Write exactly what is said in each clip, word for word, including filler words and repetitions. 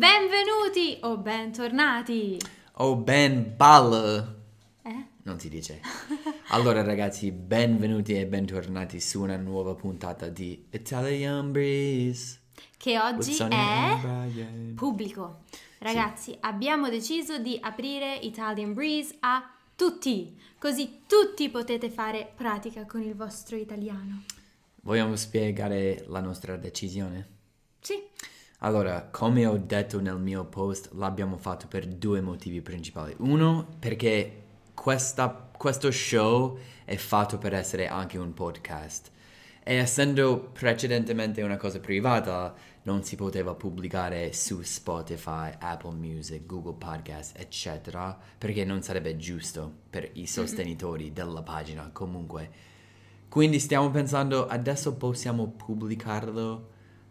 Benvenuti o bentornati o ben ball. Eh? Non si dice. Allora ragazzi, benvenuti e bentornati su una nuova puntata di Italian Breeze, che oggi è Brian. pubblico. Ragazzi, sì. Abbiamo deciso di aprire Italian Breeze a tutti, così tutti potete fare pratica con il vostro italiano. Vogliamo spiegare la nostra decisione? Sì. Allora, come ho detto nel mio post, l'abbiamo fatto per due motivi principali. Uno, perché questa, questo show è fatto per essere anche un podcast. E essendo precedentemente una cosa privata, non si poteva pubblicare su Spotify, Apple Music, Google Podcast, eccetera, perché non sarebbe giusto per i sostenitori mm-hmm. della pagina comunque. Quindi stiamo pensando, adesso possiamo pubblicarlo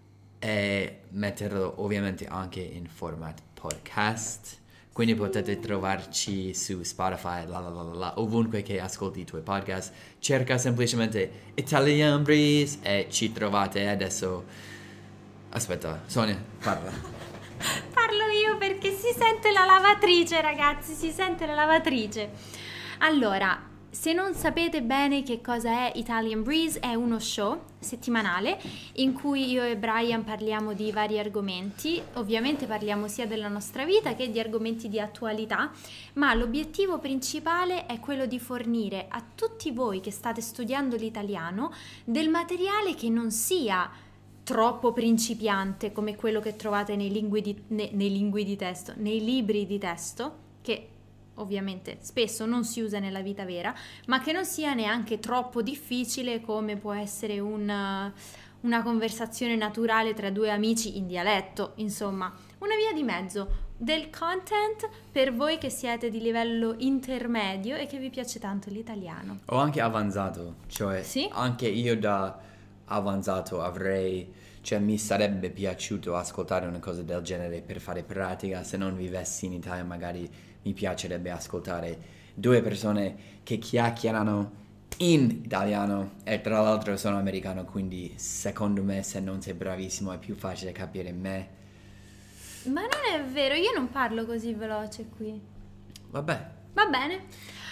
e metterlo ovviamente anche in format podcast, quindi potete trovarci su Spotify, la la la la, ovunque che ascolti i tuoi podcast. Cerca semplicemente Italian Breeze e ci trovate. Adesso aspetta, Sonia, parla. Parlo io perché si sente la lavatrice, ragazzi, si sente la lavatrice. Allora, se non sapete bene che cosa è Italian Breeze, è uno show settimanale in cui io e Brian parliamo di vari argomenti. Ovviamente parliamo sia della nostra vita che di argomenti di attualità, ma l'obiettivo principale è quello di fornire a tutti voi che state studiando l'italiano del materiale che non sia troppo principiante come quello che trovate nei, lingui di, nei, nei lingui di testo, nei libri di testo, che ovviamente spesso non si usa nella vita vera, ma che non sia neanche troppo difficile come può essere una, una conversazione naturale tra due amici in dialetto, insomma, una via di mezzo del content per voi che siete di livello intermedio e che vi piace tanto l'italiano. O anche avanzato, cioè sì? anche io da avanzato avrei, cioè mi sarebbe piaciuto ascoltare una cosa del genere per fare pratica. Se non vivessi in Italia magari mi piacerebbe ascoltare due persone che chiacchierano in italiano, e tra l'altro sono americano, quindi secondo me se non sei bravissimo è più facile capire me. Ma non è vero, io non parlo così veloce qui. Vabbè. Va bene.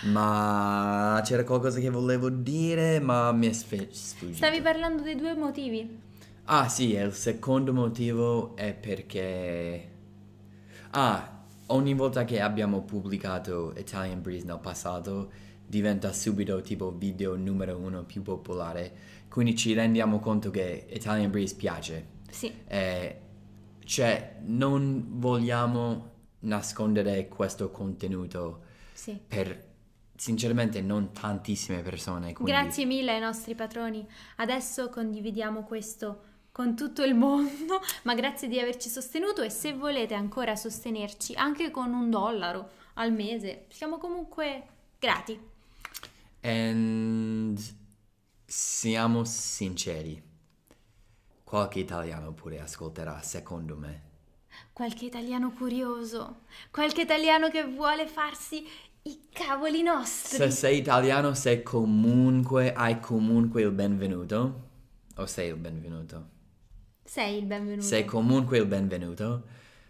Ma c'era qualcosa che volevo dire, ma mi è sfuggito. Stavi parlando dei due motivi. Ah sì, e il secondo motivo è perché... Ah, ogni volta che abbiamo pubblicato Italian Breeze nel passato diventa subito tipo video numero uno più popolare, quindi ci rendiamo conto che Italian Breeze piace. Sì. Eh, cioè non vogliamo nascondere questo contenuto sì. per sinceramente non tantissime persone. Quindi... Grazie mille ai nostri patroni. Adesso condividiamo questo con tutto il mondo, ma grazie di averci sostenuto, e se volete ancora sostenerci anche con un dollaro al mese, siamo comunque grati. E siamo sinceri, qualche italiano pure ascolterà, secondo me. Qualche italiano curioso, qualche italiano che vuole farsi i cavoli nostri. Se sei italiano, sei comunque, hai comunque il benvenuto, o sei il benvenuto? Sei il benvenuto. Sei comunque il benvenuto.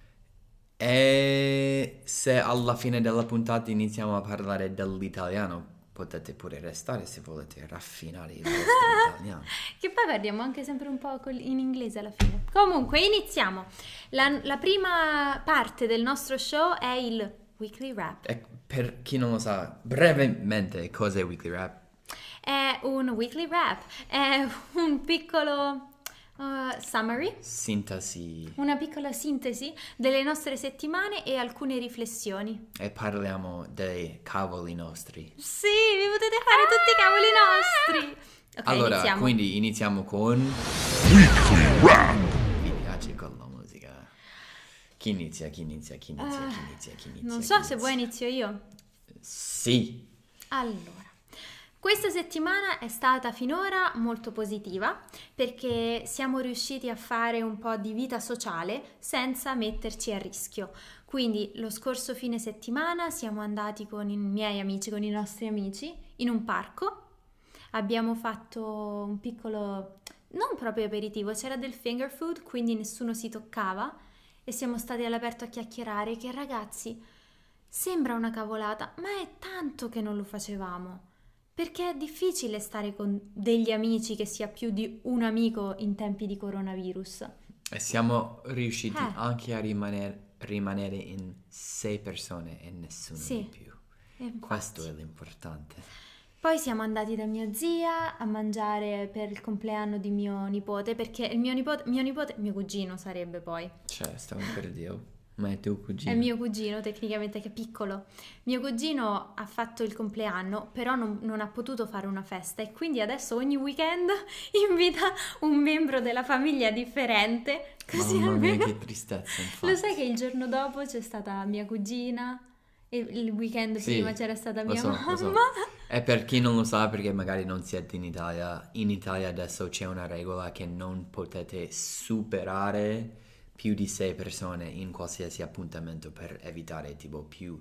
E se alla fine della puntata iniziamo a parlare dell'italiano, potete pure restare se volete raffinare il vostro italiano. Che poi parliamo anche sempre un po' in inglese alla fine. Comunque, iniziamo. La, la prima parte del nostro show è il Weekly Wrap. E per chi non lo sa, brevemente, cos'è Weekly Wrap? È un Weekly Wrap, è un piccolo... Uh, summary, sintesi, una piccola sintesi delle nostre settimane e alcune riflessioni. E parliamo dei cavoli nostri. Sì, vi potete fare ah! tutti i cavoli nostri. Ok, allora, iniziamo. Quindi iniziamo con Weekly Wrap. Mi piace con la musica. Chi inizia? Chi inizia? Chi inizia? Uh, chi inizia? Chi inizia? Non chi so inizia? se vuoi inizio io. Sì. Allora. Questa settimana è stata finora molto positiva perché siamo riusciti a fare un po' di vita sociale senza metterci a rischio. Quindi lo scorso fine settimana siamo andati con i miei amici, con i nostri amici, in un parco. Abbiamo fatto un piccolo, non proprio aperitivo, c'era del finger food, quindi nessuno si toccava e siamo stati all'aperto a chiacchierare, che ragazzi, sembra una cavolata, ma è tanto che non lo facevamo. Perché è difficile stare con degli amici che sia più di un amico in tempi di coronavirus. E siamo riusciti Eh. anche a rimanere, rimanere in sei persone e nessuno Sì. di più. E infatti. Questo è l'importante. Poi siamo andati da mia zia a mangiare per il compleanno di mio nipote, perché il mio nipote, mio nipote, mio cugino sarebbe poi, Cioè, stavo per dire, ma è tuo cugino? è mio cugino tecnicamente che è piccolo. Mio cugino ha fatto il compleanno, però non, non ha potuto fare una festa e quindi adesso ogni weekend invita un membro della famiglia differente. Così Mamma mia, almeno... che tristezza, infatti. Lo sai che il giorno dopo c'è stata mia cugina e il weekend Sì, prima c'era stata lo mia so, mamma. lo so. E per chi non lo sa, perché magari non siete in Italia, in Italia adesso c'è una regola che non potete superare più di sei persone in qualsiasi appuntamento per evitare tipo più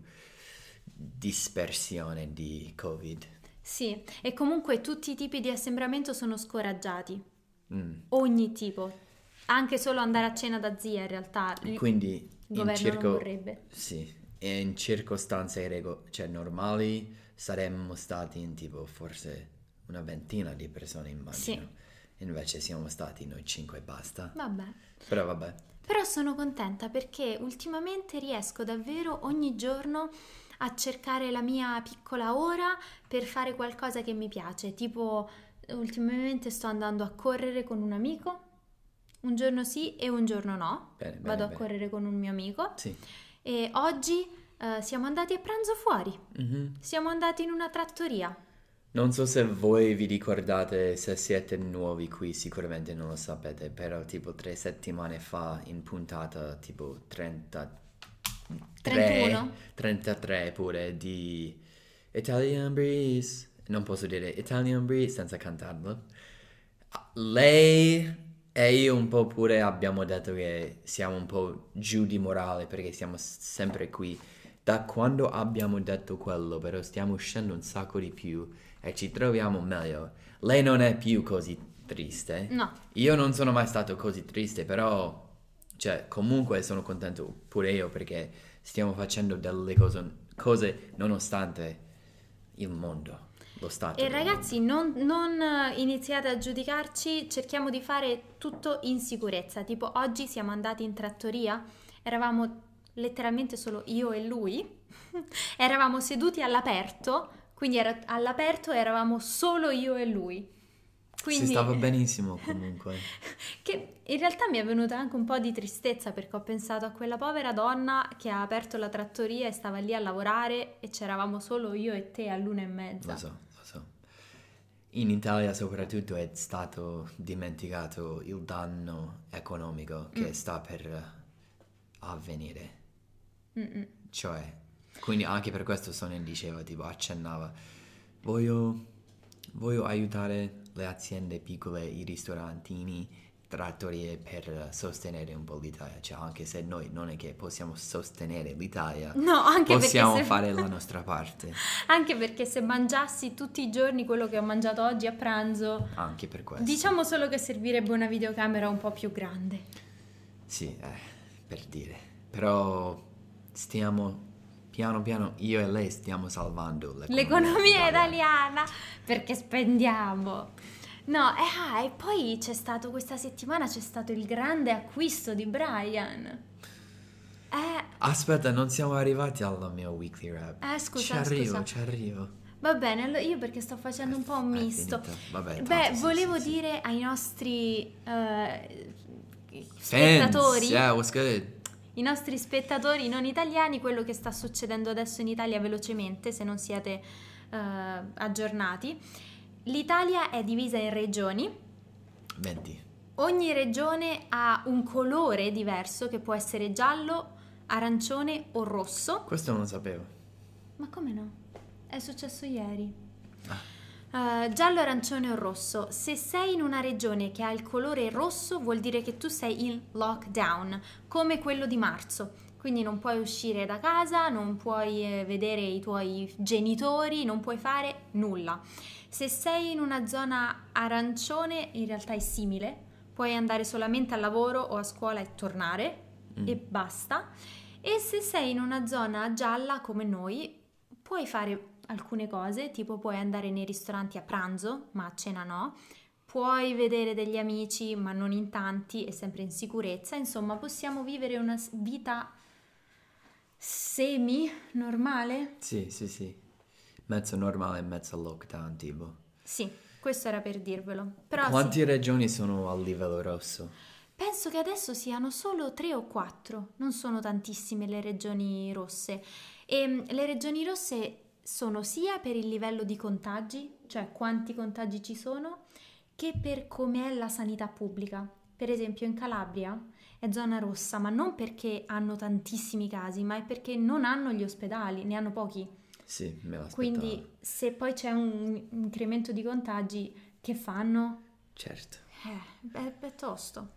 dispersione di Covid. Sì, e comunque tutti i tipi di assembramento sono scoraggiati, Mm. ogni tipo, anche solo andare a cena da zia in realtà, il Quindi in governo circo... non vorrebbe. Sì, e in circostanze rego- cioè, normali saremmo stati in tipo forse una ventina di persone, immagino. Invece siamo stati noi cinque e basta. Vabbè. Però vabbè. Però sono contenta perché ultimamente riesco davvero ogni giorno a cercare la mia piccola ora per fare qualcosa che mi piace, tipo ultimamente sto andando a correre con un amico, un giorno sì e un giorno no, Bene, bene, vado a bene. correre con un mio amico Sì. e oggi eh, siamo andati a pranzo fuori, Mhm. siamo andati in una trattoria. Non so se voi vi ricordate, se siete nuovi qui, sicuramente non lo sapete, però tipo tre settimane fa in puntata tipo trentatré, trentuno? trentatré pure di Italian Breeze, non posso dire Italian Breeze senza cantarlo. Lei e io un po' pure abbiamo detto che siamo un po' giù di morale perché siamo s- sempre qui. Da quando abbiamo detto quello, però stiamo uscendo un sacco di più e ci troviamo meglio. Lei non è più così triste. No. Io non sono mai stato così triste, però, cioè, comunque sono contento pure io perché stiamo facendo delle cose, cose nonostante il mondo, lo stato E del ragazzi, mondo. non, non eh, iniziate a giudicarci, cerchiamo di fare tutto in sicurezza. Tipo, oggi siamo andati in trattoria, eravamo letteralmente solo io e lui, eravamo seduti all'aperto, quindi era, all'aperto eravamo solo io e lui. Quindi, Si stava benissimo comunque. che in realtà mi è venuta anche un po' di tristezza perché ho pensato a quella povera donna che ha aperto la trattoria e stava lì a lavorare e c'eravamo solo io e te all'una e mezza. Lo so, lo so. In Italia soprattutto è stato dimenticato il danno economico che Mm. sta per avvenire. Mm-mm. Cioè, quindi anche per questo Sonia diceva, tipo, accennava, voglio, voglio aiutare le aziende piccole, i ristorantini, trattorie per sostenere un po' l'Italia. Cioè, anche se noi non è che possiamo sostenere l'Italia, No, anche possiamo perché se... fare la nostra parte. Anche perché se mangiassi tutti i giorni quello che ho mangiato oggi a pranzo, Anche per questo. diciamo solo che servirebbe una videocamera un po' più grande. Sì, eh, per dire. Però stiamo, piano piano, io e lei stiamo salvando l'economia, L'economia italiana. italiana, perché spendiamo. No, e, ah, e poi c'è stato questa settimana, c'è stato il grande acquisto di Brian. Eh, Aspetta, non siamo arrivati alla mia weekly rap. eh scusa, Ci arrivo, scusa. ci arrivo. Va bene, allora io perché sto facendo un po' un È misto. finita. Vabbè, tanto Beh, sì, volevo sì, sì. dire ai nostri eh, Fans, spettatori, yeah, what's good? i nostri spettatori non italiani, quello che sta succedendo adesso in Italia velocemente, se non siete eh, aggiornati. L'Italia è divisa in regioni. venti. Ogni regione ha un colore diverso che può essere giallo, arancione o rosso. Questo non lo sapevo. Ma come no? È successo ieri. Ah. Uh, giallo, arancione o rosso. Se sei in una regione che ha il colore rosso, vuol dire che tu sei in lockdown, come quello di marzo. Quindi non puoi uscire da casa, non puoi eh, vedere i tuoi genitori, non puoi fare nulla. Se sei in una zona arancione, in realtà è simile. Puoi andare solamente al lavoro o a scuola e tornare. e basta. E se sei in una zona gialla come noi, puoi fare alcune cose, tipo puoi andare nei ristoranti a pranzo, ma a cena no. Puoi vedere degli amici, ma non in tanti e sempre in sicurezza. Insomma, possiamo vivere una s- vita semi-normale? Sì, sì, sì. Mezzo normale e mezzo lockdown, tipo. Sì, questo era per dirvelo. Però Quante sì, regioni sono a livello rosso? penso che adesso siano solo tre o quattro, non sono tantissime le regioni rosse. E mm, le regioni rosse sono sia per il livello di contagi, cioè quanti contagi ci sono, che per com'è la sanità pubblica. Per esempio in Calabria è zona rossa, ma non perché hanno tantissimi casi, ma è perché non hanno gli ospedali, ne hanno pochi. Sì, me l'aspettavo. Quindi se poi c'è un incremento di contagi, che fanno? Certo. Eh, è, è tosto.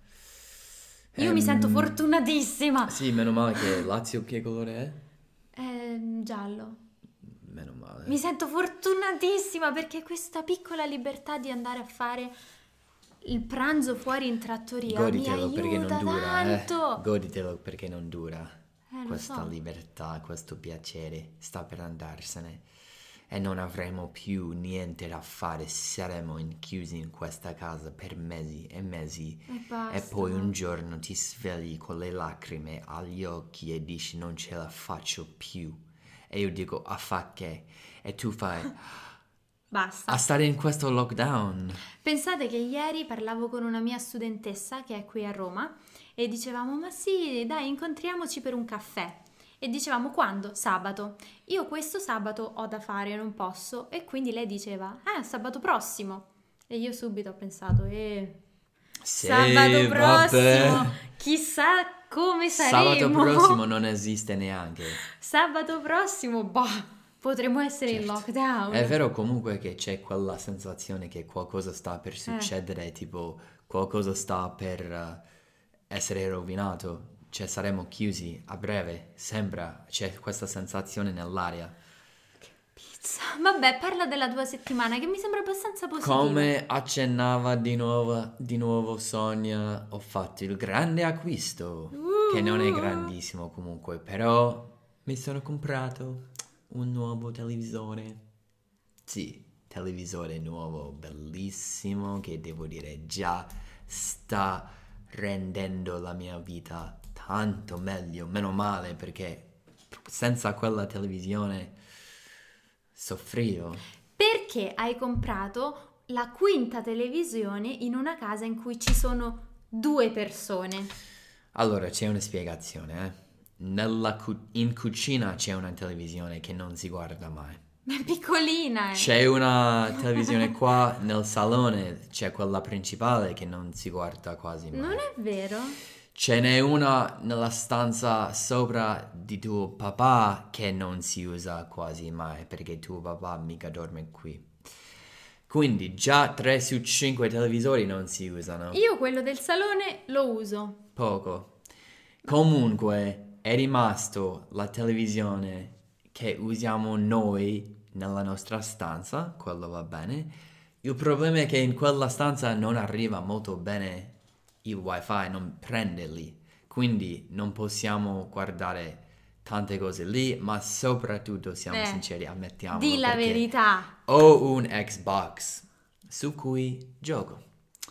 Io mi sento Ehm, fortunatissima. Sì, meno male che Lazio che colore è? È giallo. Meno male. Mi sento fortunatissima perché questa piccola libertà di andare a fare il pranzo fuori in trattoria mi Goditelo perché non aiuta dura, tanto. eh. Goditelo perché non dura. Eh, lo Questa so. libertà, questo piacere sta per andarsene. E non avremo più niente da fare, saremo in- chiusi in questa casa per mesi e mesi. E basta. E poi un giorno ti svegli con le lacrime agli occhi e dici non ce la faccio più. E io dico a fa che? E tu fai Basta. a stare in questo lockdown. Pensate che ieri parlavo con una mia studentessa che è qui a Roma e dicevamo, ma sì, dai, incontriamoci per un caffè. E dicevamo, quando? Sabato. Io questo sabato ho da fare, non posso. E quindi lei diceva, ah, sabato prossimo. E io subito ho pensato, eh, Sì, sabato vabbè. prossimo, chissà come Sabato saremo. prossimo non esiste neanche. Sabato prossimo, bah, potremmo essere in Certo. lockdown. È vero comunque che c'è quella sensazione che qualcosa sta per succedere, tipo qualcosa sta per eh, essere rovinato, cioè saremo chiusi a breve, sembra, c'è questa sensazione nell'aria. Pizza. Vabbè, parla della tua settimana che mi sembra abbastanza positiva. Come accennava di nuovo, di nuovo Sonia, ho fatto il grande acquisto, che non è grandissimo comunque, però mi sono comprato un nuovo televisore. Sì, televisore nuovo, bellissimo, che devo dire già sta rendendo la mia vita tanto meglio, meno male, perché senza quella televisione soffrivo. Perché hai comprato la quinta televisione in una casa in cui ci sono due persone? Allora, c'è una spiegazione, eh. Nella cu- in cucina c'è una televisione che non si guarda mai. È piccolina, eh. C'è una televisione qua nel salone, c'è quella principale che non si guarda quasi mai. Non è vero? Ce n'è una nella stanza sopra di tuo papà che non si usa quasi mai perché tuo papà mica dorme qui. Quindi già tre su cinque televisori non si usano. Io quello del salone lo uso. Poco. Comunque è rimasto la televisione che usiamo noi nella nostra stanza, quello va bene. Il problema è che in quella stanza non arriva molto bene il wifi, non prende lì, quindi non possiamo guardare tante cose lì, ma soprattutto siamo Eh, sinceri, ammettiamolo, Di la perché verità. ho un Xbox su cui gioco.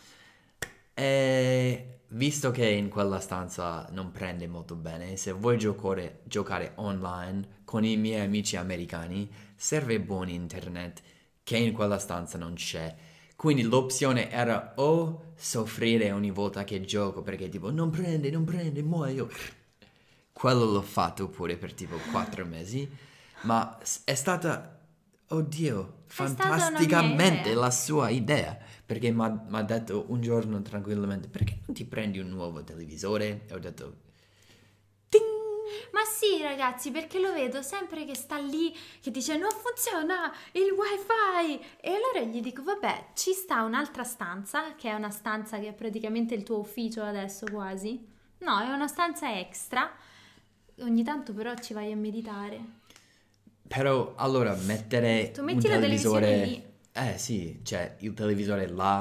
E visto che in quella stanza non prende molto bene, se vuoi giocare, giocare online con i miei amici americani, serve buon internet che in quella stanza non c'è. Quindi l'opzione era o soffrire ogni volta che gioco perché tipo non prende, non prende, muoio. Quello l'ho fatto pure per tipo quattro mesi, ma s- è stata, oddio, È stata una mia fantasticamente idea. la sua idea, perché mi ha detto un giorno tranquillamente, perché non ti prendi un nuovo televisore? E ho detto, ting! Ma sì, ragazzi, perché lo vedo sempre che sta lì, che dice non funziona il wifi. E allora gli dico, vabbè, ci sta un'altra stanza, che è una stanza che è praticamente il tuo ufficio adesso quasi. No, è una stanza extra. Ogni tanto però ci vai a meditare. Però allora mettere Tu un metti la televisione televisore... lì. Eh sì, cioè il televisore là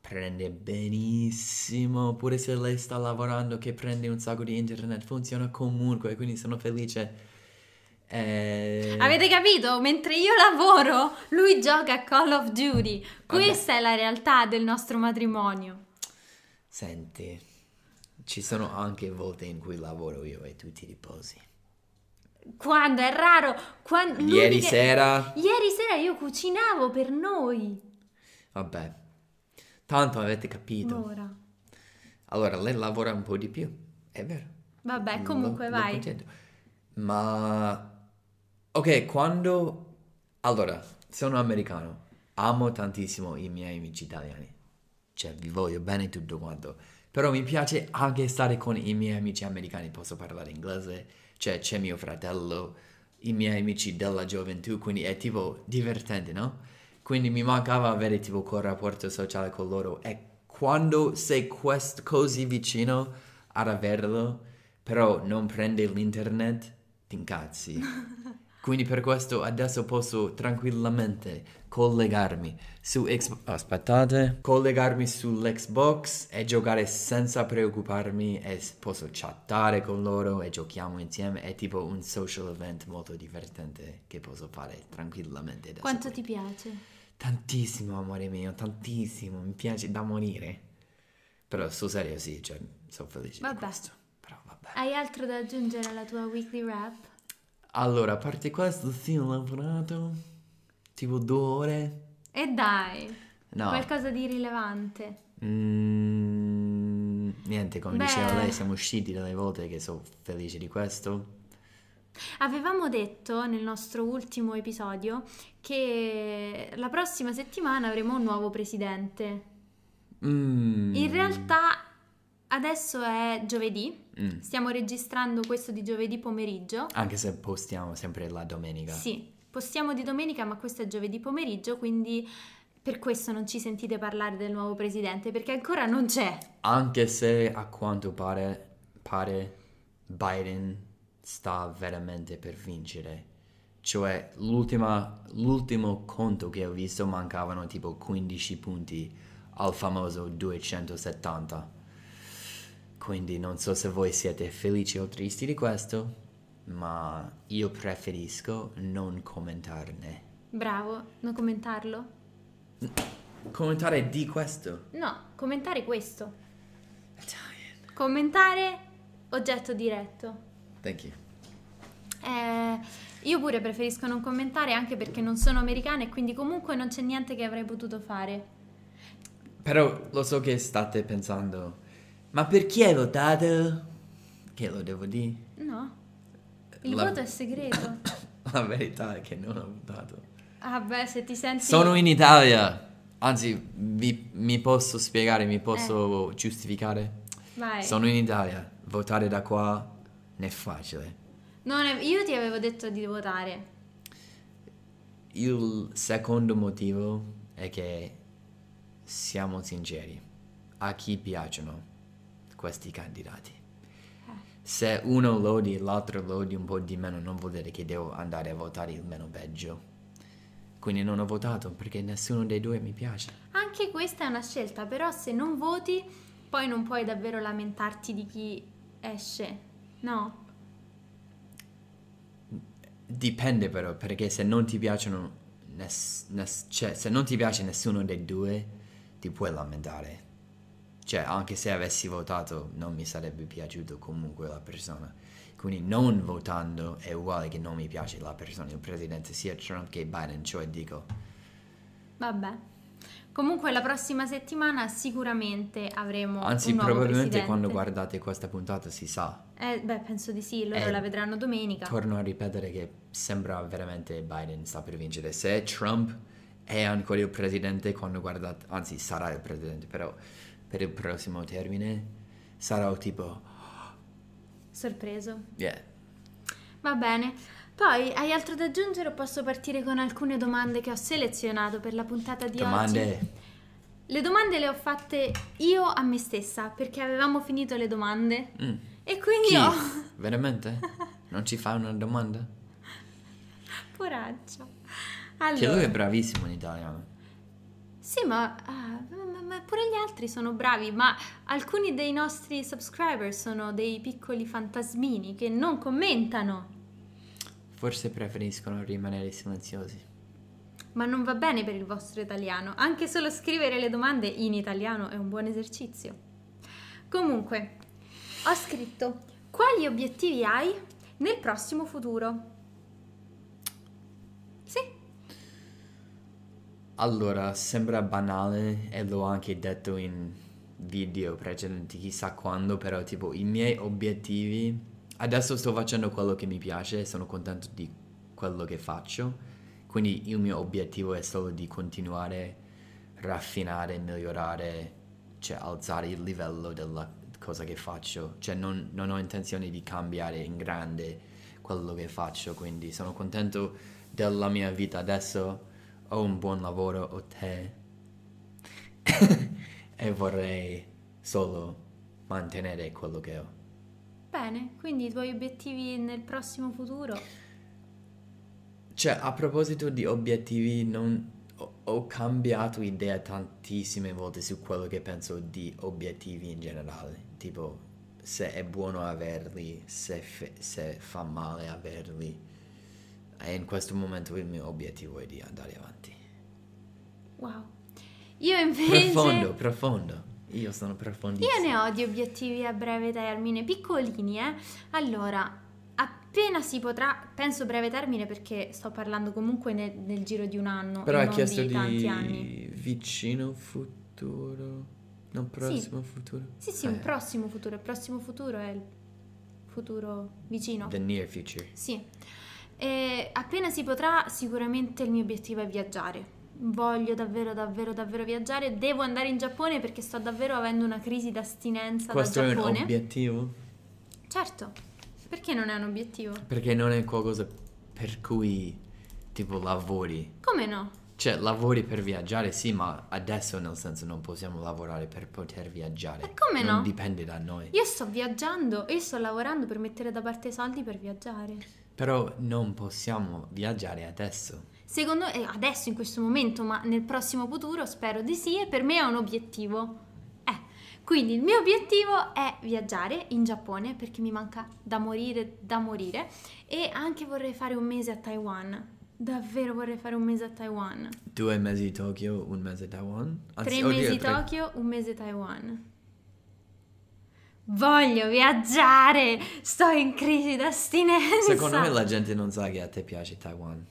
prende benissimo, pure se lei sta lavorando che prende un sacco di internet, funziona comunque, quindi sono felice. E... Avete capito? Mentre io lavoro, lui gioca a Call of Duty. Questa Vabbè. è la realtà del nostro matrimonio. Senti, ci sono anche volte in cui lavoro io e tu ti riposi. Quando è raro, quando, Ieri l'unica- sera... Ieri sera io cucinavo per noi. Vabbè, tanto avete capito. Ora. Allora, lei lavora un po' di più, è vero. Vabbè, Lo- comunque lo vai. contento. Ma... Ok, quando... Allora, sono americano, amo tantissimo i miei amici italiani. Cioè, vi voglio bene tutto quanto. Però mi piace anche stare con i miei amici americani, posso parlare inglese, cioè c'è mio fratello, i miei amici della gioventù, quindi è tipo divertente, no? Quindi mi mancava avere tipo quel rapporto sociale con loro e quando sei quest- così vicino ad averlo, però non prende l'internet, ti incazzi. Quindi per questo adesso posso tranquillamente collegarmi su Xbox, aspettate, collegarmi sull'Xbox e giocare senza preoccuparmi e s- posso chattare con loro e giochiamo insieme. È tipo un social event molto divertente che posso fare tranquillamente adesso. Quanto qui. ti piace? Tantissimo, amore mio, tantissimo, mi piace da morire. Però sul serio sì, cioè, sono felice Vabbè. di questo. Però vabbè. Hai altro da aggiungere alla tua weekly wrap? Allora, a parte questo, sì, ho lavorato tipo due ore. E dai, No, qualcosa di rilevante. mm, niente, come Beh. diceva lei, siamo usciti delle volte che sono felice di questo. Avevamo detto nel nostro ultimo episodio che la prossima settimana avremo un nuovo presidente. Mm, In realtà adesso è giovedì, mm, stiamo registrando questo di giovedì pomeriggio. Anche se postiamo sempre la domenica. Sì, postiamo di domenica, ma questo è giovedì pomeriggio, quindi per questo non ci sentite parlare del nuovo presidente, perché ancora non c'è. Anche se a quanto pare, pare Biden sta veramente per vincere. Cioè, l'ultima, l'ultimo conto che ho visto mancavano tipo quindici punti al famoso duecentosettanta. Quindi non so se voi siete felici o tristi di questo, ma io preferisco non commentarne. Bravo, non commentarlo? Commentare di questo. No, commentare questo. Italian. Commentare oggetto diretto. Thank you. Eh, io pure preferisco non commentare anche perché non sono americana e quindi comunque non c'è niente che avrei potuto fare. Però lo so che state pensando, ma per chi hai votato? Che lo devo dire? No, il La- voto è segreto. La verità è che non ho votato. Ah beh, se ti senti... Sono in Italia. Anzi, vi- mi posso spiegare, mi posso giustificare. Vai. Sono in Italia. Votare da qua non è facile. Non è- Io ti avevo detto di votare. Il secondo motivo è che siamo sinceri. A chi piacciono questi candidati? Se uno lo odi e l'altro lo odi un po' di meno, non vuol dire che devo andare a votare il meno peggio. Quindi non ho votato perché nessuno dei due mi piace. Anche questa è una scelta, però se non voti, poi non puoi davvero lamentarti di chi esce. No? Dipende però, perché se non ti piacciono, ness- ness- cioè se non ti piace nessuno dei due, ti puoi lamentare. Cioè, anche se avessi votato, non mi sarebbe piaciuto comunque la persona. Quindi non votando è uguale che non mi piace la persona, il presidente, sia Trump che Biden, cioè dico... Vabbè. Comunque la prossima settimana sicuramente avremo Anzi, un nuovo probabilmente presidente. quando guardate questa puntata si sa. Eh, beh, penso di sì, loro Eh, la vedranno domenica. Torno a ripetere che sembra veramente Biden sta per vincere. Se Trump è ancora il presidente quando guardate, anzi sarà il presidente, però per il prossimo termine sarà tipo, Sorpreso. yeah. Va bene. Poi hai altro da aggiungere o posso partire con alcune domande che ho selezionato per la puntata di Domande. oggi? Le domande le ho fatte io a me stessa perché avevamo finito le domande Mm. e quindi Chi? ho... Veramente? Non ci fai una domanda? Poraggio. Che lui è Allora, bravissimo in italiano. Sì, ma, ah, ma- ma pure gli altri sono bravi, ma alcuni dei nostri subscriber sono dei piccoli fantasmini che non commentano. Forse preferiscono rimanere silenziosi. Ma non va bene per il vostro italiano. Anche solo scrivere le domande in italiano è un buon esercizio. Comunque, ho scritto: quali obiettivi hai nel prossimo futuro? Sì. Allora, sembra banale e l'ho anche detto in video precedenti chissà quando, però tipo i miei obiettivi, adesso sto facendo quello che mi piace e sono contento di quello che faccio, quindi il mio obiettivo è solo di continuare, raffinare, migliorare, cioè alzare il livello della cosa che faccio, cioè non, non ho intenzione di cambiare in grande quello che faccio, quindi sono contento della mia vita adesso. Ho un buon lavoro, ho te e vorrei solo mantenere quello che ho. Bene, quindi i tuoi obiettivi nel prossimo futuro? Cioè, a proposito di obiettivi, non... ho, ho cambiato idea tantissime volte su quello che penso di obiettivi in generale. Tipo, se è buono averli, se, fe- se fa male averli. E in questo momento il mio obiettivo è di andare avanti. Wow. Io invece... Profondo, profondo. Io sono profondissimo. Io ne ho di obiettivi a breve termine, piccolini, eh. Allora, appena si potrà, penso breve termine perché sto parlando comunque nel, nel giro di un anno, Però e hai non chiesto di tanti di anni. vicino futuro, non prossimo futuro? Sì, sì, Eh, un prossimo futuro. Il prossimo futuro è il futuro vicino. The near future. Sì. E appena si potrà, sicuramente il mio obiettivo è viaggiare. Voglio davvero, davvero, davvero viaggiare. Devo andare in Giappone perché sto davvero avendo una crisi d'astinenza Questo dal è un Giappone. obiettivo? Certo, perché non è un obiettivo? Perché non è qualcosa per cui tipo lavori. Come no? Cioè, lavori per viaggiare, sì, ma adesso nel senso non possiamo lavorare per poter viaggiare. E come Non no? dipende da noi. Io sto viaggiando e sto lavorando per mettere da parte i soldi per viaggiare. Però non possiamo viaggiare adesso. Secondo me, adesso in questo momento, ma nel prossimo futuro spero di sì, e per me è un obiettivo. Eh, quindi il mio obiettivo è viaggiare in Giappone perché mi manca da morire, da morire, e anche vorrei fare un mese a Taiwan. Davvero vorrei fare un mese a Taiwan. Due mesi Tokyo, un mese Taiwan? Anzi, Tre oddio, mesi tre- Tokyo, un mese Taiwan. Voglio viaggiare! Sto in crisi d'astinenza! Secondo me la gente non sa che a te piace Taiwan.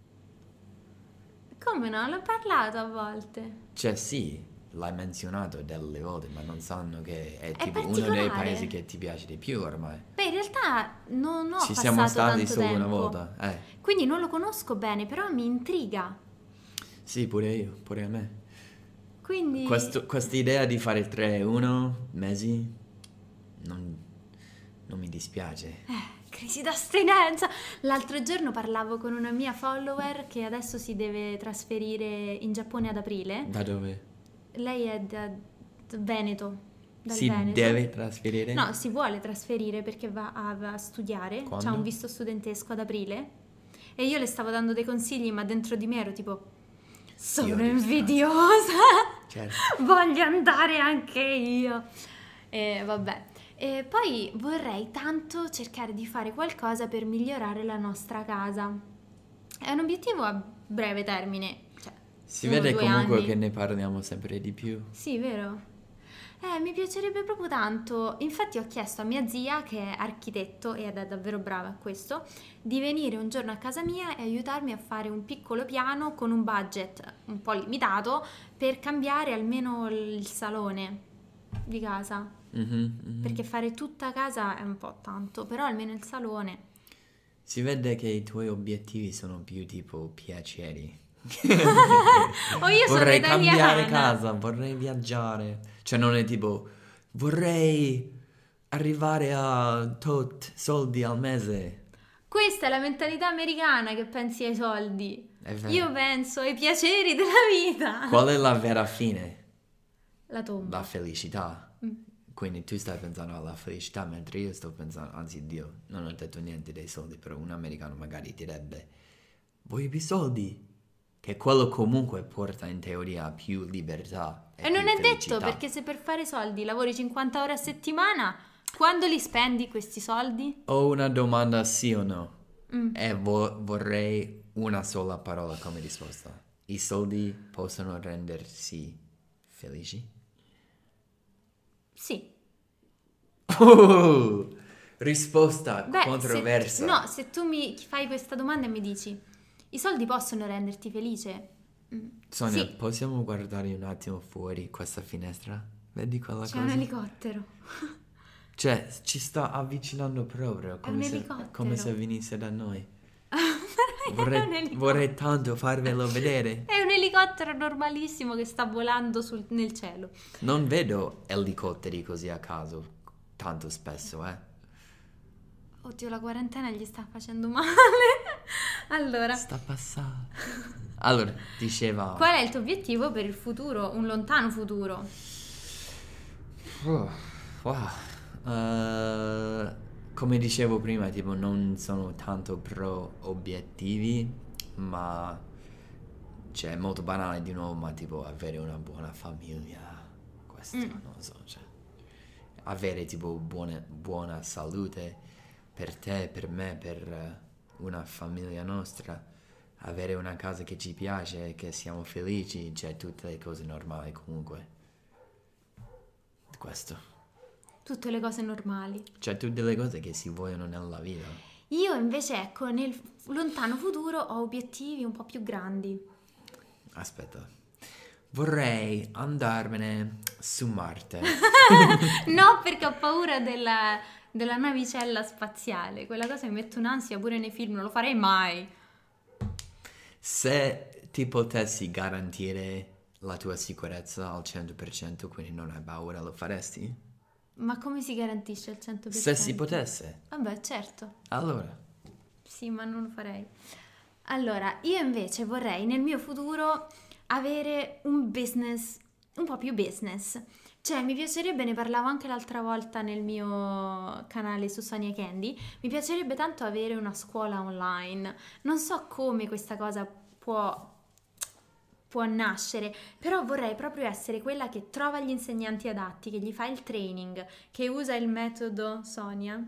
Come no? L'ho parlato a volte. Cioè sì, l'hai menzionato delle volte, ma non sanno che è È tipo uno dei particolare. paesi che ti piace di più ormai. Beh, in realtà non ho Ci passato siamo stati tanto solo tempo. una volta, eh. Quindi non lo conosco bene, però mi intriga. Sì, pure io, pure a me. Quindi... Questo, questa idea di fare tre uno mesi non, non mi dispiace. Eh, crisi d'astinenza! L'altro giorno parlavo con una mia follower che adesso si deve trasferire in Giappone ad aprile. Da dove? Lei è da da Veneto. Dal Si Veneto. deve trasferire? No, si vuole trasferire perché va a, va a studiare. Quando? C'ha un visto studentesco ad aprile. E io le stavo dando dei consigli, ma dentro di me ero tipo... Sono Io distrutto. invidiosa! Certo. Voglio andare anche io! E vabbè. E poi vorrei tanto cercare di fare qualcosa per migliorare la nostra casa. È un obiettivo a breve termine. Cioè, Si uno, vede due comunque anni. che ne parliamo sempre di più. Sì, vero? Eh, mi piacerebbe proprio tanto. Infatti ho chiesto a mia zia, che è architetto ed è davvero brava a questo, di venire un giorno a casa mia e aiutarmi a fare un piccolo piano con un budget un po' limitato per cambiare almeno il salone di casa. Mhm, mhm. Perché fare tutta casa è un po' tanto, però almeno il salone. Si vede che i tuoi obiettivi sono più tipo piaceri. Oh, io sono Vorrei italiana. cambiare casa, vorrei viaggiare. Cioè non è tipo vorrei arrivare a tot soldi al mese. Questa è la mentalità americana, che pensi ai soldi. È vero. Io penso ai piaceri della vita. Qual è la vera fine? La tomba. La felicità. Mm. Quindi tu stai pensando alla felicità mentre io sto pensando, anzi Dio, non ho detto niente dei soldi, però un americano magari direbbe voglio più soldi. che quello comunque porta in teoria più libertà. E, e non è felicità. detto, perché se per fare soldi lavori cinquanta ore a settimana, quando li spendi questi soldi? Ho una domanda, sì o no? Mm. E vo- vorrei una sola parola come risposta. I soldi possono rendersi felici? Sì. Oh, risposta Beh, controversa. Se, no, se tu mi fai questa domanda e mi dici, i soldi possono renderti felice? Mm, Sonia, sì, possiamo guardare un attimo fuori questa finestra? Vedi quella c'è cosa? un elicottero. Cioè, ci sta avvicinando proprio, È un come se, elicottero. come se venisse da noi. È un Vorrei, elicottero. vorrei tanto farvelo vedere. È un elicottero normalissimo che sta volando sul- nel cielo. Non vedo elicotteri così a caso, tanto spesso, eh. Oddio, la quarantena gli sta facendo male. Allora, Sta passando. Allora, diceva... qual è il tuo obiettivo per il futuro, un lontano futuro? Oh, wow. Uh, come dicevo prima, tipo, non sono tanto pro obiettivi, ma cioè, è molto banale di nuovo, ma tipo avere una buona famiglia, questo, Mm. non so, cioè, avere tipo buone- buona salute per te, per me, per eh, una famiglia nostra, avere una casa che ci piace, che siamo felici, cioè tutte le cose normali comunque. Questo. Tutte le cose normali. Cioè tutte le cose che si vogliono nella vita. Io invece, ecco, nel f- lontano futuro ho obiettivi un po' più grandi. Aspetta. Vorrei andarmene su Marte. No, perché ho paura della, della navicella spaziale. Quella cosa mi mette un'ansia pure nei film, non lo farei mai. Se ti potessi garantire la tua sicurezza al cento per cento, quindi non hai paura, lo faresti? Ma come si garantisce al cento per cento? Se si potesse. Vabbè, certo. Allora. Sì, ma non lo farei. Allora, io invece vorrei nel mio futuro avere un business, un po' più business. Cioè, mi piacerebbe, ne parlavo anche l'altra volta nel mio canale su Sonia Candy, mi piacerebbe tanto avere una scuola online. Non so come questa cosa può, può nascere, però vorrei proprio essere quella che trova gli insegnanti adatti, che gli fa il training, che usa il metodo Sonia.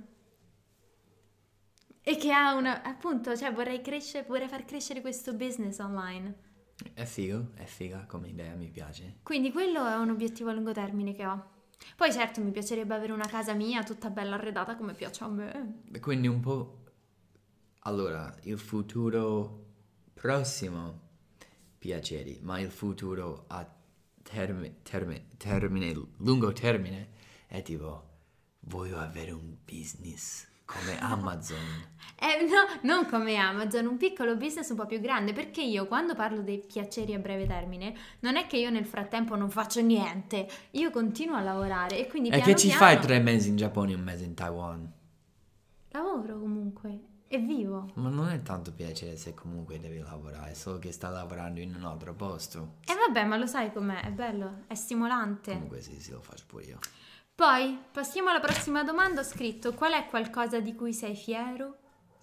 E che ha una, appunto, cioè vorrei crescere, vorrei far crescere questo business online. È figo, è figa come idea, mi piace. Quindi quello è un obiettivo a lungo termine che ho. Poi certo mi piacerebbe avere una casa mia tutta bella arredata come piace a me. Quindi un po'... Allora, il futuro prossimo, piaceri, ma il futuro a termi- termi- termine, lungo termine, è tipo, voglio avere un business come Amazon. Eh, no, non come Amazon, un piccolo business un po' più grande, perché io quando parlo dei piaceri a breve termine, non è che io nel frattempo non faccio niente, io continuo a lavorare e quindi E piano che ci piano fai tre mesi in Giappone e un mese in Taiwan? lavoro comunque e vivo. Ma non è tanto piacere se comunque devi lavorare, solo che stai lavorando in un altro posto. E vabbè, ma lo sai com'è, è bello, è stimolante. Comunque sì, sì, lo faccio pure io. Poi, passiamo alla prossima domanda, ho scritto, qual è qualcosa di cui sei fiero?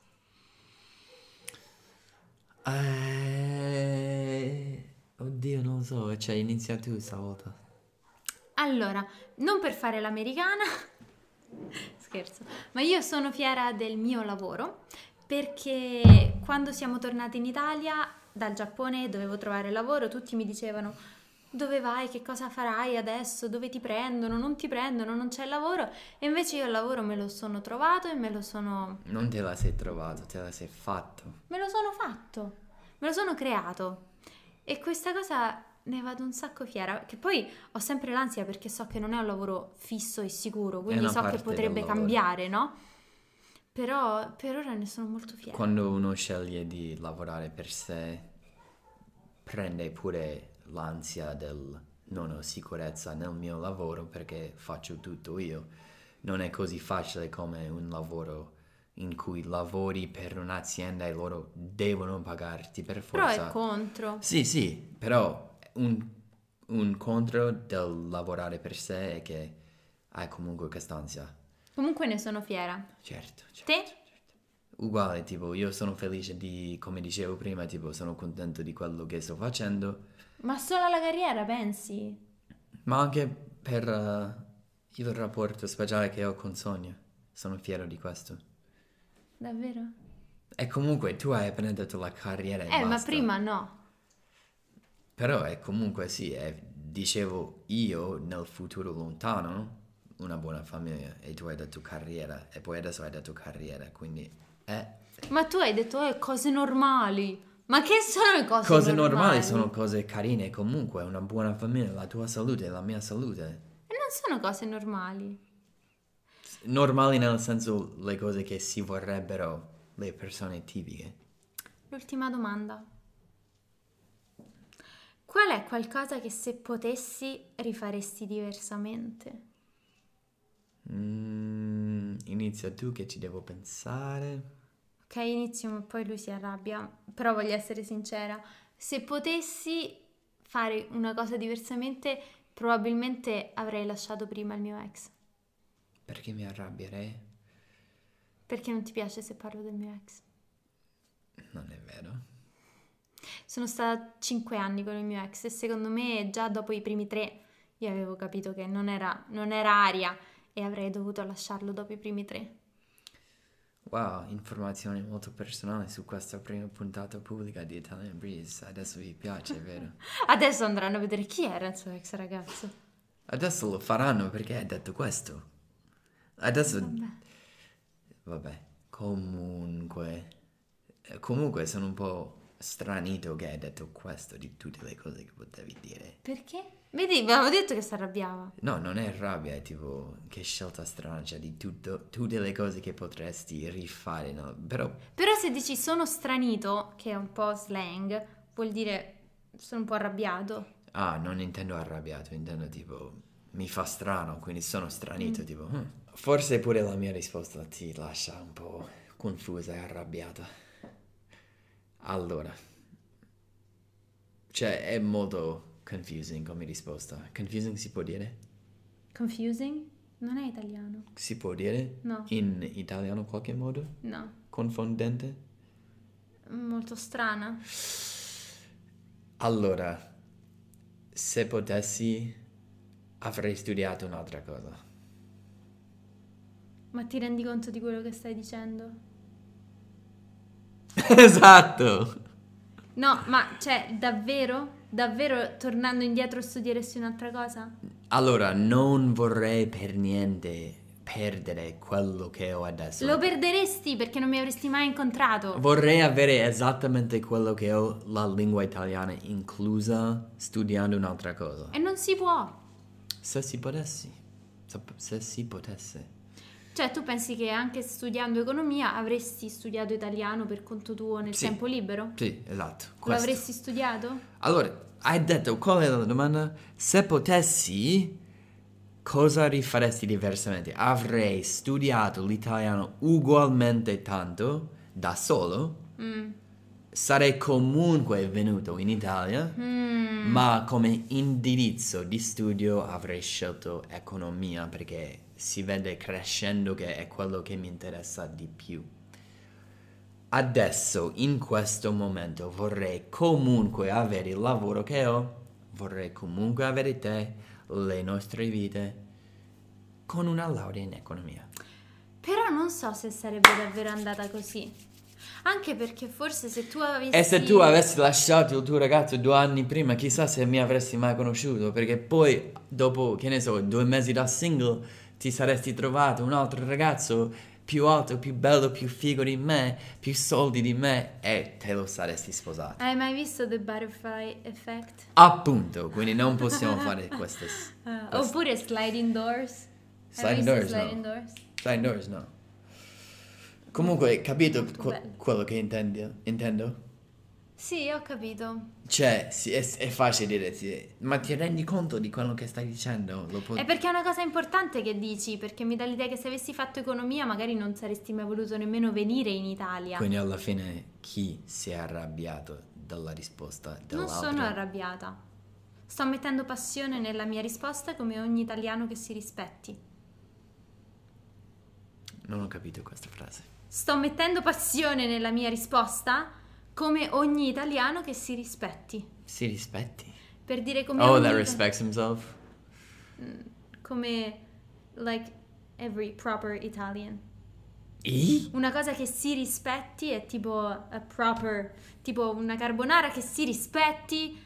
Eh... Oddio, non lo so, cioè inizia tu stavolta. Allora, non per fare l'americana, scherzo, ma io sono fiera del mio lavoro perché quando siamo tornati in Italia dal Giappone dovevo trovare lavoro, tutti mi dicevano dove vai, che cosa farai adesso, dove ti prendono, non ti prendono, non c'è lavoro e invece io il lavoro me lo sono trovato e me lo sono... Non te la sei trovato, te la sei fatto. me lo sono fatto, me lo sono creato e questa cosa ne vado un sacco fiera, che poi ho sempre l'ansia perché so che non è un lavoro fisso e sicuro, quindi una so che parte potrebbe del lavoro. cambiare, no? Però per ora ne sono molto fiera. Quando uno sceglie di lavorare per sé, prende pure l'ansia del non ho sicurezza nel mio lavoro perché faccio tutto io. Non è così facile come un lavoro in cui lavori per un'azienda e loro devono pagarti per Pro forza. e contro. Sì, sì, però un, un contro del lavorare per sé è che hai comunque quest'ansia. Comunque ne sono fiera. Certo, certo. Te? certo. Uguale, tipo, io sono felice di, come dicevo prima, tipo, sono contento di quello che sto facendo, Ma solo alla carriera, pensi? ma anche per eh, il rapporto speciale che ho con Sonia. Sono fiero di questo. Davvero? E comunque tu hai appena detto la carriera e Eh, ma basta. prima no. Però è comunque sì, è- dicevo io nel futuro lontano, una buona famiglia, e tu hai detto carriera, e poi adesso hai detto carriera, quindi è... Ma tu hai detto, eh, cose normali. Ma che sono le cose Cose normali? normali sono cose carine, comunque una buona famiglia, la tua salute, la mia salute. E non sono cose normali. Normali nel senso le cose che si vorrebbero le persone tipiche. L'ultima domanda. Qual è qualcosa che se potessi rifaresti diversamente? Mm, inizia tu che ci devo pensare. Ok, inizio ma poi lui si arrabbia. Però voglio essere sincera. Se potessi fare una cosa diversamente, probabilmente avrei lasciato prima il mio ex. Perché mi arrabbierei? Perché non ti piace se parlo del mio ex? Non è vero. Sono stata cinque anni con il mio ex e secondo me già dopo i primi tre io avevo capito che non era, non era aria e avrei dovuto lasciarlo dopo i primi tre. Wow, informazioni molto personali su questa prima puntata pubblica di Italian Breeze. Adesso vi piace, vero? Adesso andranno a vedere chi era il suo ex ragazzo. Adesso lo faranno perché hai detto questo. Adesso, Vabbè. vabbè, comunque, eh, comunque sono un po' stranito che hai detto questo di tutte le cose che potevi dire. Perché? Vedi, avevo detto che si arrabbiava. No, non è rabbia, è tipo, che scelta strana, cioè di tutto, tutte le cose che potresti rifare, no? Però, Però se dici sono stranito, che è un po' slang, vuol dire sono un po' arrabbiato. ah, non intendo arrabbiato, intendo tipo, mi fa strano, quindi sono stranito, Mm. tipo, "Hmm". Forse pure la mia risposta ti lascia un po' confusa e arrabbiata. Allora, cioè, è molto confusing come risposta. Confusing si può dire? Confusing? Non è italiano. Si può dire? No, In italiano in qualche modo? no. Confondente? Molto strana. Allora, se potessi, avrei studiato un'altra cosa. Ma ti rendi conto di quello che stai dicendo? Esatto! No, ma cioè, davvero? Davvero tornando indietro studieresti un'altra cosa? Allora, non vorrei per niente perdere quello che ho adesso. Lo perderesti perché non mi avresti mai incontrato. Vorrei avere esattamente quello che ho, la lingua italiana inclusa, studiando un'altra cosa. E non si può. Se si potessi. Se, se si potesse. Cioè, tu pensi che anche studiando economia avresti studiato italiano per conto tuo nel Sì. tempo libero? Sì, esatto. Lo Questo. avresti studiato? Allora, hai detto qual è la domanda? Se potessi, cosa rifaresti diversamente? Avrei studiato l'italiano ugualmente tanto, da solo. Mm. Sarei comunque venuto in Italia, Mm. ma come indirizzo di studio avrei scelto economia perché si vede crescendo che è quello che mi interessa di più. Adesso, in questo momento, vorrei comunque avere il lavoro che ho, vorrei comunque avere te, le nostre vite, con una laurea in economia. Però non so se sarebbe davvero andata così. Anche perché forse se tu avessi... E se tu avessi lasciato il tuo ragazzo due anni prima, chissà se mi avresti mai conosciuto, perché poi, dopo, che ne so, due mesi da single, ti saresti trovato un altro ragazzo più alto, più bello, più figo di me, più soldi di me, e te lo saresti sposato. Hai mai visto The Butterfly Effect? Appunto, quindi non possiamo fare queste... Ah, queste- oppure Sliding Doors? Hai Sliding visto Doors, no. Sliding Doors? Sliding Doors, no. Comunque, hai capito Molto que- bello. quello che intendi- intendo? Sì, ho capito. Cioè, sì, è, è facile dire, sì, ma ti rendi conto di quello che stai dicendo? Lo può- È perché è una cosa importante che dici, perché mi dà l'idea che se avessi fatto economia magari non saresti mai voluto nemmeno venire in Italia. Quindi alla fine chi si è arrabbiato dalla risposta Non dell'altro? sono arrabbiata. Sto mettendo passione nella mia risposta come ogni italiano che si rispetti. Non ho capito questa frase. sto mettendo passione nella mia risposta, come ogni italiano che si rispetti. Si rispetti? Per dire come Oh, ogni that ita- respects himself? come like every proper Italian. I? Una cosa che si rispetti è tipo a proper, tipo una carbonara che si rispetti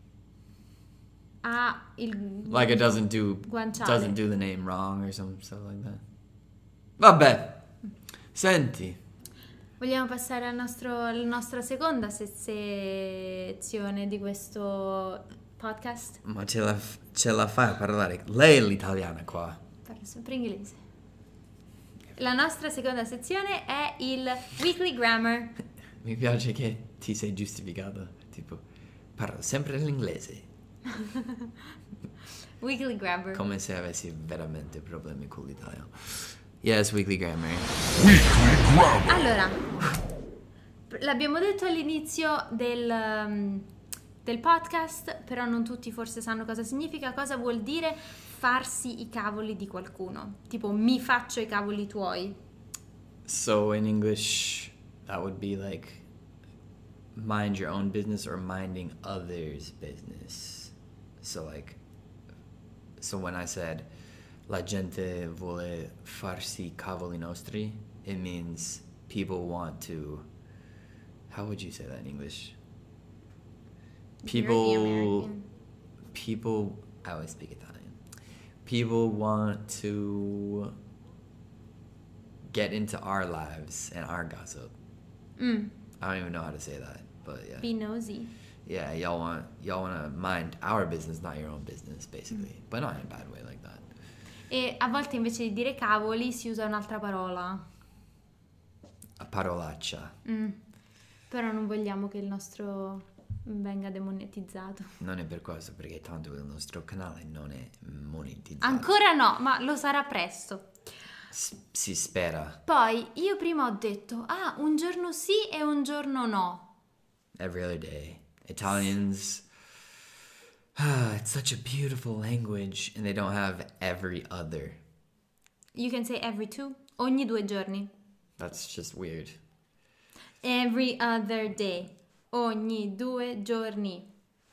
ha il Like it doesn't do guanciale. doesn't do the name wrong or some stuff like that. Vabbè. Senti. Vogliamo passare al nostro, alla nostra seconda se- sezione di questo podcast? Ma ce la, ce la fai a parlare? Lei è l'italiana qua. Parlo sempre inglese. La nostra seconda sezione è il Weekly Grammar. Mi piace che ti sei giustificata. Tipo, parlo sempre l'inglese. Weekly Grammar. Come se avessi veramente problemi con l'italiano. Yes, weekly grammar. Allora, l'abbiamo detto all'inizio del, um, del podcast, però non tutti forse sanno cosa significa. Cosa vuol dire farsi i cavoli di qualcuno? Tipo, mi faccio i cavoli tuoi. So in English, that would be like mind your own business or minding others' business. So like, so when I said la gente vuole farsi i cavoli nostri, it means people want to, how would you say that in English? You're the People, American. people, I always speak Italian. People want to get into our lives and our gossip. Mm, I don't even know how to say that, but yeah. be nosy. Yeah, y'all want y'all want to mind our business, not your own business, basically. But not in a bad way like that. E a volte invece di dire cavoli si usa un'altra parola. A parolaccia. Mm, però non vogliamo che il nostro venga demonetizzato. Non è per questo, perché tanto il nostro canale non è monetizzato. Ancora no, ma lo sarà presto. S- si spera. Poi io prima ho detto, ah, un giorno sì e un giorno no. Every other day. Italians, ah, it's such a beautiful language, and they don't have every other. You can say every two, ogni due giorni. That's just weird. Every other day, ogni due giorni.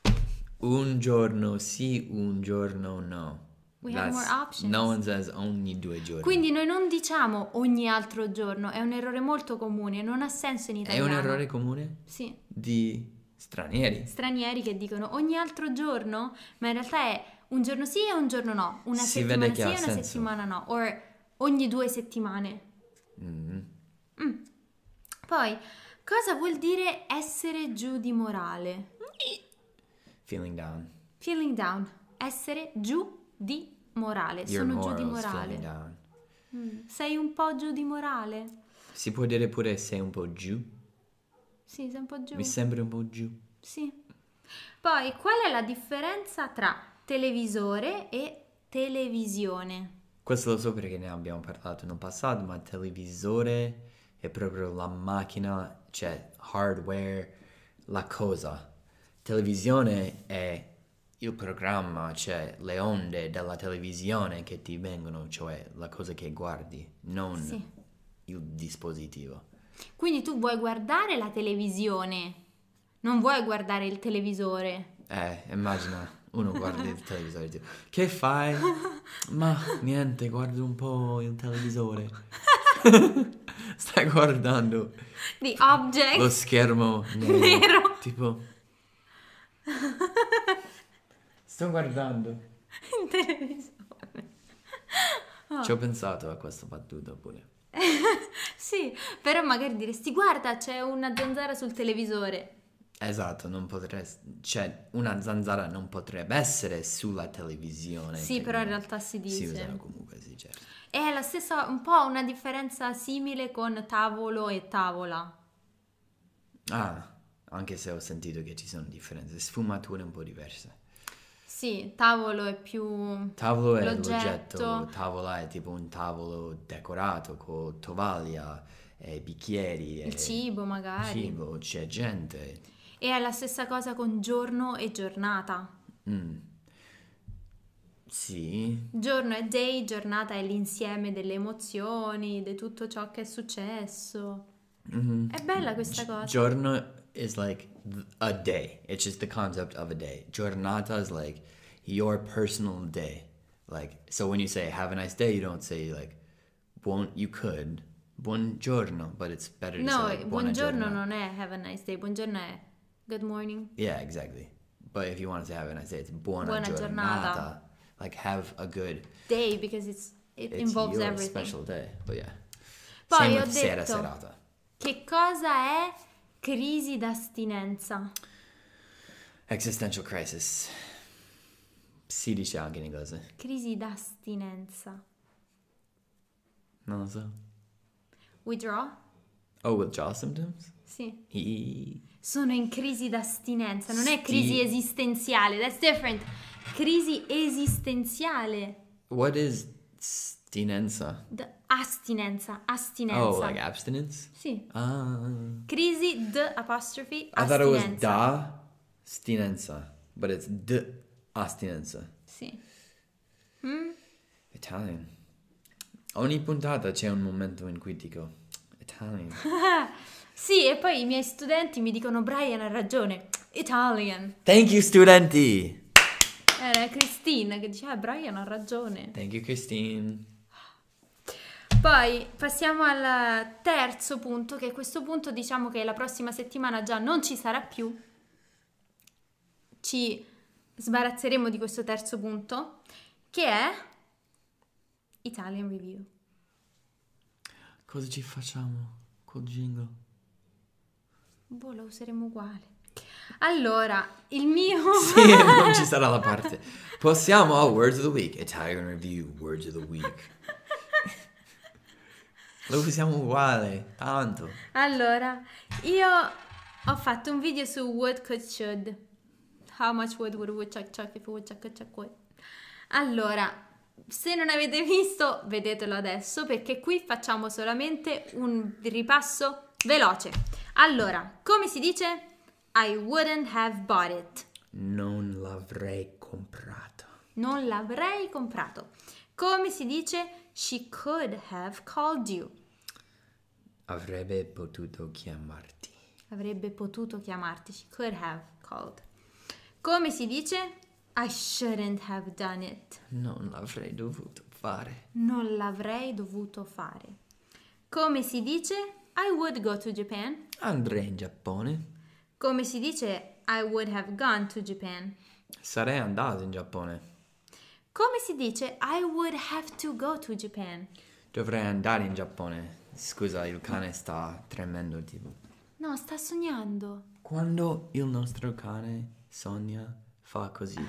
Un giorno sì, un giorno no. We have more options. No one says ogni due giorni. Quindi noi non diciamo ogni altro giorno, è un errore molto comune, non ha senso in È italiano. un errore comune Sì. di stranieri. Stranieri che dicono ogni altro giorno, ma in realtà è un giorno sì e un giorno no, una Si settimana vede che sì ha e una senso. settimana no, o ogni due settimane. Mm. Mm. Poi, cosa vuol dire essere giù di morale? Feeling down. Feeling down, essere giù di morale, Your sono giù di morals feeling morale. down. Mm. Sei un po' giù di morale? Si può dire pure sei un po' giù? Sì, sei un po' giù. Mi sembri un po' giù. Sì. Poi, qual è la differenza tra televisore e televisione? Questo lo so perché ne abbiamo parlato in passato, ma televisore è proprio la macchina, cioè hardware, la cosa. Televisione è il programma, cioè le onde della televisione che ti vengono, cioè la cosa che guardi, non Sì. il dispositivo. Quindi tu vuoi guardare la televisione, non vuoi guardare il televisore. Eh, immagina, uno guarda il televisore e dice, che fai? Ma niente, guardo un po' il televisore. Stai guardando The object. lo schermo nero. Nero. Tipo, sto guardando. in televisore. Ci ho pensato a questa battuta pure. Sì, però magari diresti guarda c'è una zanzara sul televisore. Esatto, non potresti, cioè una zanzara non potrebbe essere sulla televisione. Sì, che però in realtà si dice. Si usa comunque, sì, certo. È la stessa, un po' una differenza simile con tavolo e tavola. Ah, anche se ho sentito che ci sono differenze, sfumature un po' diverse. Sì, tavolo è più Tavolo è l'oggetto. l'oggetto, tavola è tipo un tavolo decorato con tovaglia e bicchieri Il e cibo magari. cibo, c'è gente. E è la stessa cosa con giorno e giornata. Mm. Sì. Giorno è day, giornata è l'insieme delle emozioni, di tutto ciò che è successo. Mm-hmm. È bella questa cosa. Giorno is like th- a day. It's just the concept of a day. Giornata is like your personal day. Like, so when you say have a nice day, you don't say like, buon, you could, buongiorno, but it's better to No, say like, buona buongiorno giornata. non è have a nice day, buongiorno è good morning. Yeah, exactly. But if you want to say have a nice day, it's buona, Buona giornata. giornata. Like have a good. Day because it's, it It's involves your everything. special day. But yeah. Poi Same ho with sera detto- serata. Che cosa è crisi d'astinenza? Existential crisis. Si dice anche in inglese. Crisi d'astinenza. Non lo so. Withdraw? Oh, withdrawal symptoms? Sì. E- Sono in crisi d'astinenza, non è Sti- crisi esistenziale, that's different. Crisi esistenziale. What is stinenza? D- astinenza, astinenza. Oh, like abstinence? Sì. Ah. Crisi d apostrofe I thought it was astinenza. da stinenza, but it's d astinenza. Sì. Mm? Italian. Ogni puntata c'è un momento in cui dico Italian. Sì, e poi i miei studenti mi dicono Brian ha ragione, Italian. Thank you, studenti. Era Christine che diceva Brian ha ragione. Thank you, Christine. Poi passiamo al terzo punto, che a questo punto diciamo che la prossima settimana già non ci sarà più. Ci sbarazzeremo di questo terzo punto, che è Italian Review. Cosa ci facciamo col jingle? Boh, lo useremo uguale. Allora, il mio... Sì, non ci sarà la parte. Possiamo al Words of the Week. Italian Review, Words of the Week. Lo usiamo uguale, tanto. Allora, io ho fatto un video su would, could, should. How much would, would, would, chuck, chuck, if would, chuck, chuck, would. Allora, se non avete visto, vedetelo adesso, perché qui facciamo solamente un ripasso veloce. Allora, come si dice? I wouldn't have bought it. Non l'avrei comprato. Non l'avrei comprato. Come si dice? She could have called you. Avrebbe potuto chiamarti. Avrebbe potuto chiamarti. She could have called. Come si dice? I shouldn't have done it. Non l'avrei dovuto fare. Non l'avrei dovuto fare. Come si dice? I would go to Japan. Andrei in Giappone. Come si dice? I would have gone to Japan. Sarei andato in Giappone. Come si dice? I would have to go to Japan. Dovrei andare in Giappone. Scusa, il cane sta tremendo tipo. No, sta sognando. Quando il nostro cane sogna, fa così.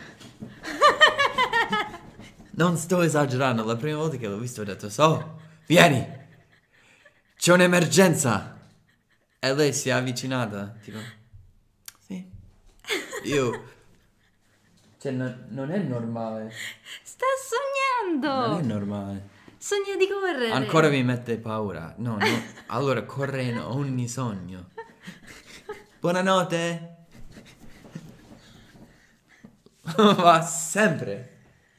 Non sto esagerando, la prima volta che l'ho visto ho detto, so, vieni, c'è un'emergenza. E lei si è avvicinata, tipo, sì. Io, cioè no- non è normale, Sta sognando. non è normale. Sogna di correre. Ancora mi mette paura. No, no. Allora corre in ogni sogno. Buonanotte. Va sempre.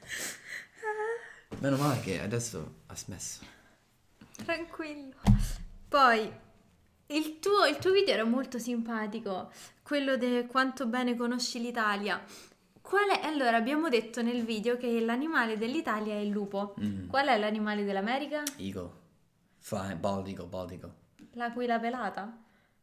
Meno male che adesso ha smesso. Tranquillo. Poi, il tuo, il tuo video era molto simpatico. Quello di quanto bene conosci l'Italia. Qual è? Allora, abbiamo detto nel video che l'animale dell'Italia è il lupo. Mm. Qual è l'animale dell'America? Eagle. Fine. Bald eagle, bald eagle. L'aquila pelata?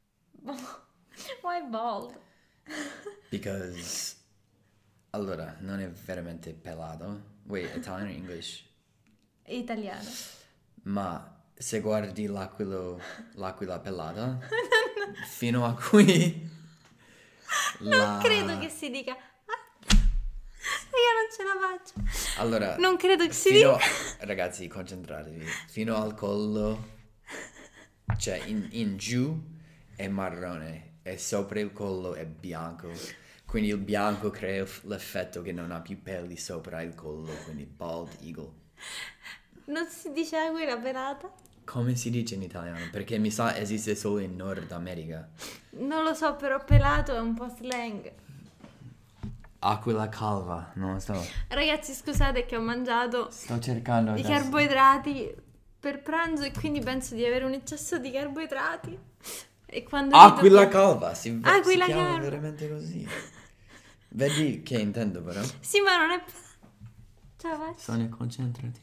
Why bald? Because... Allora, non è veramente pelato. Wait, Italian or English? È italiano. Ma se guardi l'aquilo, l'aquila pelata, fino a qui... Non la- credo che si dica. Io non ce la faccio. Allora, Non credo che si fino dica. ragazzi, concentratevi. Fino al collo, cioè in, in giù è marrone e sopra il collo è bianco. Quindi il bianco crea l'effetto che non ha più peli sopra il collo, quindi bald eagle. Non si dice aquila pelata? Come si dice in italiano? Perché mi sa esiste solo in Nord America. Non lo so, però pelato è un po' slang. Aquila calva, non lo so. Ragazzi, scusate che ho mangiato Sto cercando i adesso. carboidrati per pranzo e quindi penso di avere un eccesso di carboidrati. E quando Aquila li dobbiamo- calva, si, Aquila si chiama calva. veramente così. Vedi che intendo però? Sì, ma non è... Ciao, vai. Sonia, concentrati.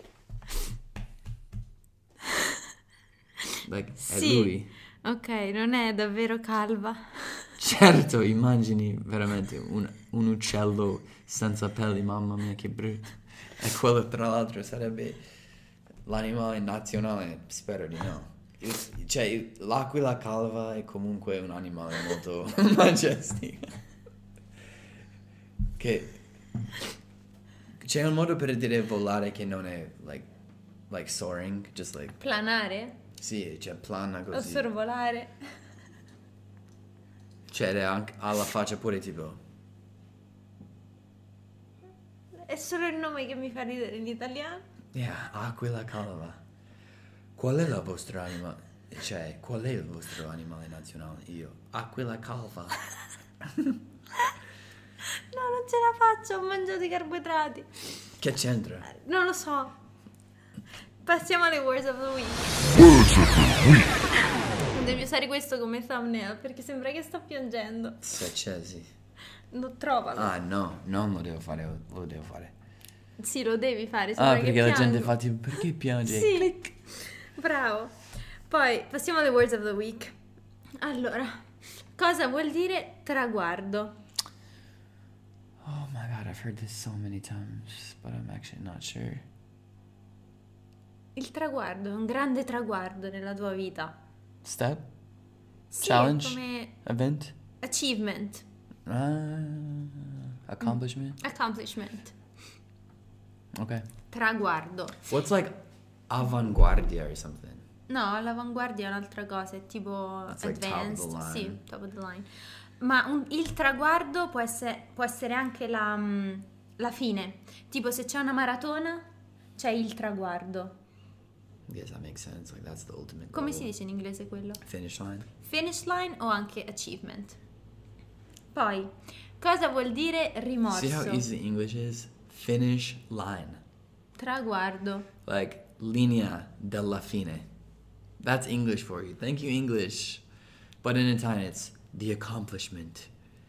Like, è Sì. lui. Ok, non è davvero calva. Certo, immagini veramente un, un uccello senza peli, mamma mia che brutto. E quello tra l'altro sarebbe l'animale nazionale, spero di no. Il- cioè, il- l'aquila calva è comunque un animale molto majestico. Che c'è un modo per dire volare che non è like, like soaring, just like, Planare? sì, cioè plana O così. sorvolare? Cioè, è anche, ha la faccia pure tipo... È solo il nome che mi fa ridere in italiano. Yeah, aquila calva. Qual è la vostra anima? Cioè, qual è il vostro animale nazionale? Io. Aquila calva. No, non ce la faccio, ho mangiato i carboidrati. Che c'entra? Non lo so. Passiamo alle words of the week. Devi usare questo come thumbnail perché sembra che sto piangendo. Si accesi. Non trovalo. Ah, no, non lo devo fare, lo devo fare. Sì, lo devi fare. Sembra Ah, che perché la gente piango. fa tipo, perché piange? Sì. Click. Bravo. Poi passiamo alle words of the week. Allora, cosa vuol dire traguardo? Oh my god, I've heard this so many times, but I'm actually not sure. Il traguardo è un grande traguardo nella tua vita. Step? Sì, Challenge? è come Event? achievement, Ah, accomplishment? accomplishment, Okay. traguardo. What's like avanguardia or something? No, l'avanguardia è un'altra cosa, è tipo It's like top of advanced, the line. sì, top of the line. Ma un- il traguardo può essere, può essere anche la, mm, la fine. Tipo se c'è una maratona, c'è il traguardo. Yes, that makes sense. Like that's the ultimate Come goal. si dice in inglese quello? Finish line. Finish line o anche achievement. Poi, cosa vuol dire rimorso? See how easy English is? Finish line. Traguardo. Like linea della fine. That's English for you. Thank you, English. But in Italian, it's the accomplishment.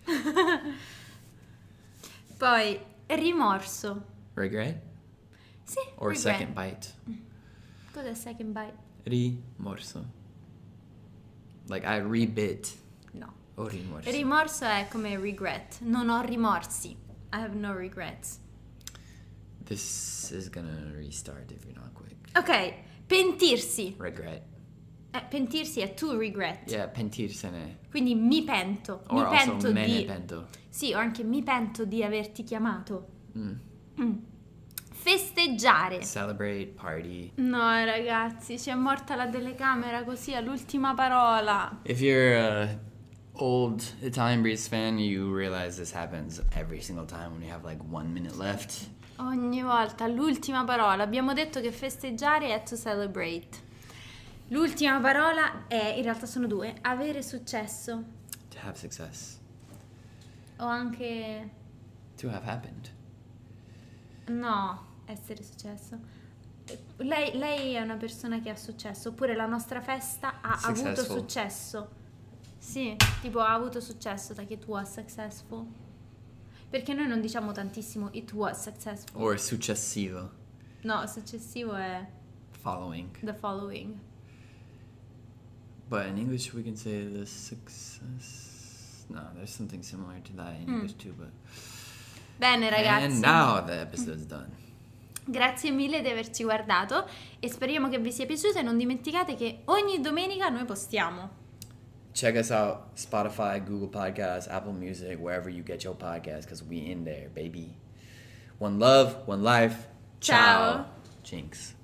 Poi, rimorso. Regret? Sì, Or regret. second bite? Cos'è second bite? Rimorso. Like I rebit. No. O rimorso. Rimorso è come regret. Non ho rimorsi. I have no regrets. This is gonna restart if you're not quick. Ok, pentirsi. Regret. Eh, pentirsi è to regret. Yeah, pentirsene. Quindi mi pento. Or mi also pento me ne di... pento. Sì, o anche mi pento di averti chiamato. Mm. Mm. Festeggiare. Celebrate, party. No, ragazzi, c'è morta la telecamera così all'ultima parola. If you're a old Italian Breeze fan, you realize this happens every single time when you have like one minute left. Ogni volta, l'ultima parola. Abbiamo detto che festeggiare è to celebrate. L'ultima parola è, in realtà sono due, avere successo. To have success. O anche, To have happened. no, essere successo. Lei, lei è una persona che ha successo, oppure la nostra festa ha avuto Successful. successo. Sì, tipo ha avuto successo, like it was successful. Perché noi non diciamo tantissimo it was successful. Or successivo. No, successivo è Following. the following. But in English we can say the success. No, there's something similar to that in Mm. English too, but. Bene ragazzi, And now the episode's done. grazie mille di averci guardato e speriamo che vi sia piaciuto e non dimenticate che ogni domenica noi postiamo. Check us out, Spotify, Google Podcasts, Apple Music, wherever you get your podcasts, because we in there, baby. One love, one life. Ciao. Jinx.